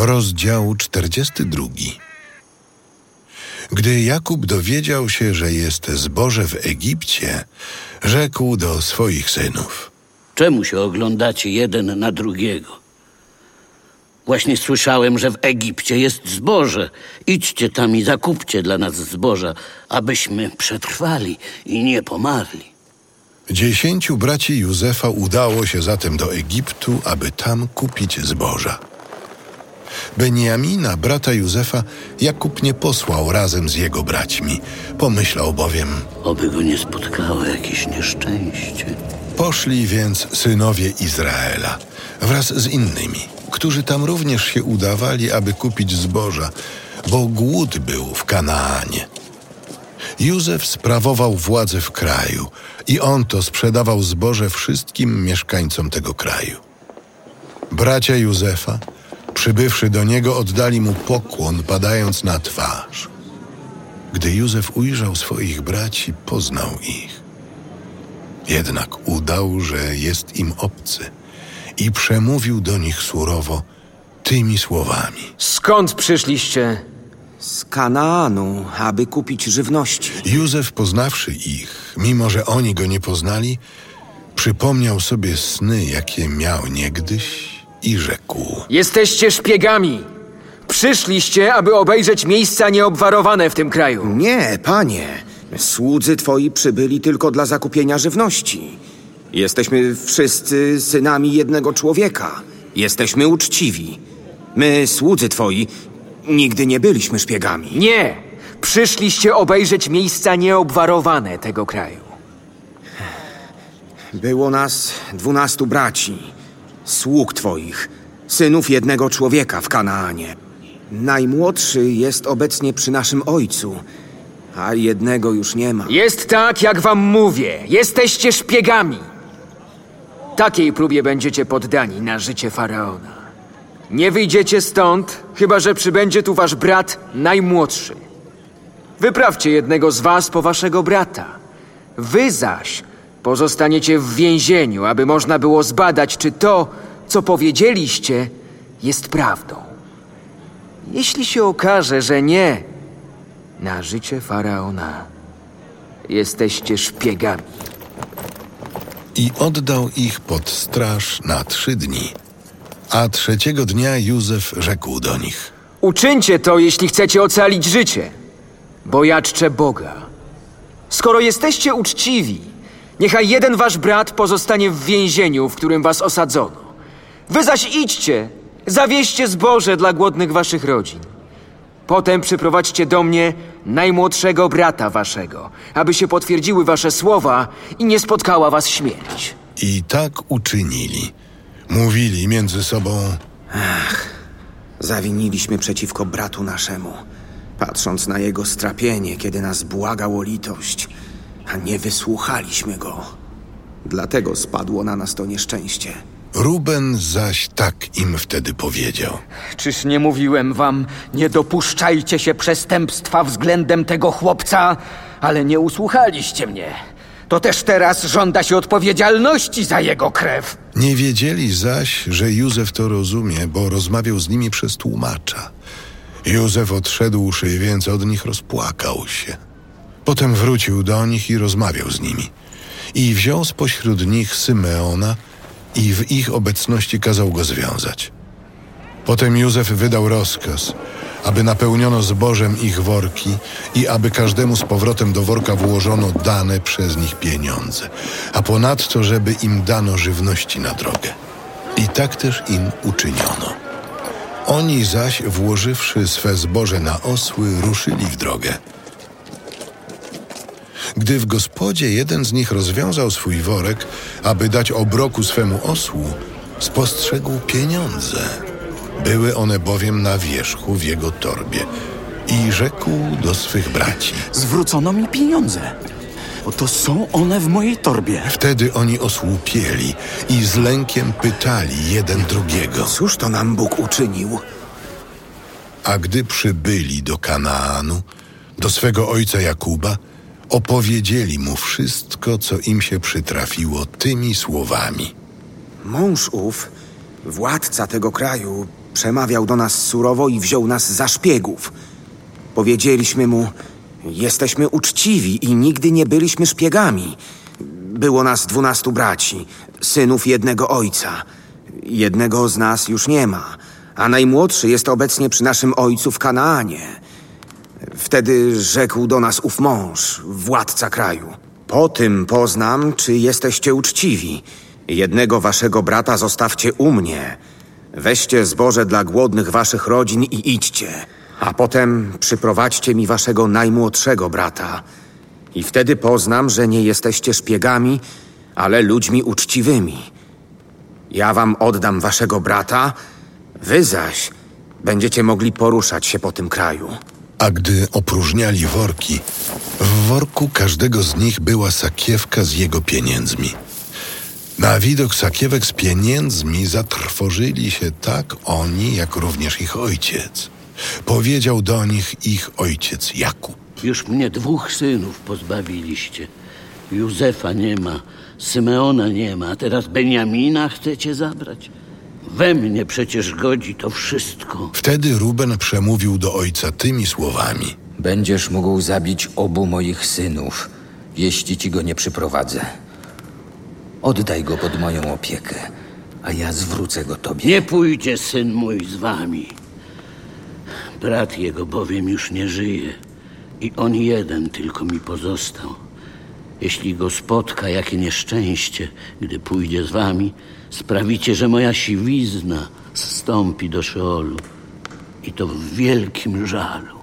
Rozdział 42. Gdy Jakub dowiedział się, że jest zboże w Egipcie, rzekł do swoich synów: Czemu się oglądacie jeden na drugiego? Właśnie słyszałem, że w Egipcie jest zboże. Idźcie tam i zakupcie dla nas zboża, abyśmy przetrwali i nie pomarli. 10 braci Józefa udało się zatem do Egiptu, aby tam kupić zboża. Beniamina, brata Józefa, Jakub nie posłał razem z jego braćmi. Pomyślał bowiem: Oby go nie spotkało jakieś nieszczęście. Poszli więc synowie Izraela wraz z innymi, którzy tam również się udawali, aby kupić zboża, bo głód był w Kanaanie. Józef sprawował władzę w kraju i on to sprzedawał zboże wszystkim mieszkańcom tego kraju. Bracia Józefa, przybywszy do niego, oddali mu pokłon, padając na twarz. Gdy Józef ujrzał swoich braci, poznał ich. Jednak udał, że jest im obcy i przemówił do nich surowo tymi słowami: Skąd przyszliście? Z Kanaanu, aby kupić żywności. Józef, poznawszy ich, mimo że oni go nie poznali, przypomniał sobie sny, jakie miał niegdyś i rzekł: Jesteście szpiegami. Przyszliście, aby obejrzeć miejsca nieobwarowane w tym kraju. Nie, panie. Słudzy twoi przybyli tylko dla zakupienia żywności. Jesteśmy wszyscy synami jednego człowieka. Jesteśmy uczciwi. My, słudzy twoi, nigdy nie byliśmy szpiegami. Nie! Przyszliście obejrzeć miejsca nieobwarowane tego kraju. Było nas 12 braci, sług twoich, synów jednego człowieka w Kanaanie. Najmłodszy jest obecnie przy naszym ojcu, a jednego już nie ma. Jest tak, jak wam mówię. Jesteście szpiegami. Takiej próbie będziecie poddani na życie faraona. Nie wyjdziecie stąd, chyba że przybędzie tu wasz brat najmłodszy. Wyprawcie jednego z was po waszego brata. Wy zaś pozostaniecie w więzieniu, aby można było zbadać, czy to, co powiedzieliście, jest prawdą. Jeśli się okaże, że nie, na życie faraona jesteście szpiegami. I oddał ich pod straż na 3 dni. A 3 dnia Józef rzekł do nich: Uczyńcie to, jeśli chcecie ocalić życie, bo ja czczę Boga. Skoro jesteście uczciwi, niechaj jeden wasz brat pozostanie w więzieniu, w którym was osadzono. Wy zaś idźcie, zawieźcie zboże dla głodnych waszych rodzin. Potem przyprowadźcie do mnie najmłodszego brata waszego, aby się potwierdziły wasze słowa i nie spotkała was śmierć. I tak uczynili. Mówili między sobą: Zawiniliśmy przeciwko bratu naszemu, patrząc na jego strapienie, kiedy nas błagał o litość, a nie wysłuchaliśmy go. Dlatego spadło na nas to nieszczęście. Ruben zaś tak im wtedy powiedział: Czyż nie mówiłem wam, nie dopuszczajcie się przestępstwa względem tego chłopca, ale nie usłuchaliście mnie. To też teraz żąda się odpowiedzialności za jego krew. Nie wiedzieli zaś, że Józef to rozumie, bo rozmawiał z nimi przez tłumacza. Józef odszedłszy, więc od nich rozpłakał się. Potem wrócił do nich i rozmawiał z nimi. I wziął spośród nich Symeona i w ich obecności kazał go związać. Potem Józef wydał rozkaz, aby napełniono zbożem ich worki i aby każdemu z powrotem do worka włożono dane przez nich pieniądze, a ponadto, żeby im dano żywności na drogę. I tak też im uczyniono. Oni zaś, włożywszy swe zboże na osły, ruszyli w drogę. Gdy w gospodzie jeden z nich rozwiązał swój worek, aby dać obroku swemu osłu, spostrzegł pieniądze. Były one bowiem na wierzchu w jego torbie. I rzekł do swych braci: Zwrócono mi pieniądze. Oto są one w mojej torbie. Wtedy oni osłupieli i z lękiem pytali jeden drugiego: Cóż to nam Bóg uczynił? A gdy przybyli do Kanaanu, do swego ojca Jakuba, opowiedzieli mu wszystko, co im się przytrafiło tymi słowami: Mąż ów, władca tego kraju, Przemawiał do nas surowo i wziął nas za szpiegów. Powiedzieliśmy mu, jesteśmy uczciwi i nigdy nie byliśmy szpiegami. Było nas 12 braci, synów jednego ojca. Jednego z nas już nie ma, a najmłodszy jest obecnie przy naszym ojcu w Kanaanie. Wtedy rzekł do nas ów mąż, władca kraju. Po tym poznam, czy jesteście uczciwi. Jednego waszego brata zostawcie u mnie. Weźcie zboże dla głodnych waszych rodzin i idźcie. A potem przyprowadźcie mi waszego najmłodszego brata. I wtedy poznam, że nie jesteście szpiegami, ale ludźmi uczciwymi. Ja wam oddam waszego brata, wy zaś będziecie mogli poruszać się po tym kraju. A gdy opróżniali worki, w worku każdego z nich była sakiewka z jego pieniędzmi. Na widok sakiewek z pieniędzmi zatrwożyli się tak oni, jak również ich ojciec. Powiedział do nich ich ojciec Jakub. Już mnie 2 synów pozbawiliście. Józefa nie ma, Symeona nie ma, a teraz Beniamina chcecie zabrać? We mnie przecież godzi to wszystko. Wtedy Ruben przemówił do ojca tymi słowami. Będziesz mógł zabić obu moich synów, jeśli ci go nie przyprowadzę. Oddaj go pod moją opiekę, a ja zwrócę go tobie. Nie pójdzie syn mój z wami. Brat jego bowiem już nie żyje i on jeden tylko mi pozostał. Jeśli go spotka jakie nieszczęście, gdy pójdzie z wami, sprawicie, że moja siwizna zstąpi do Szeolu i to w wielkim żalu.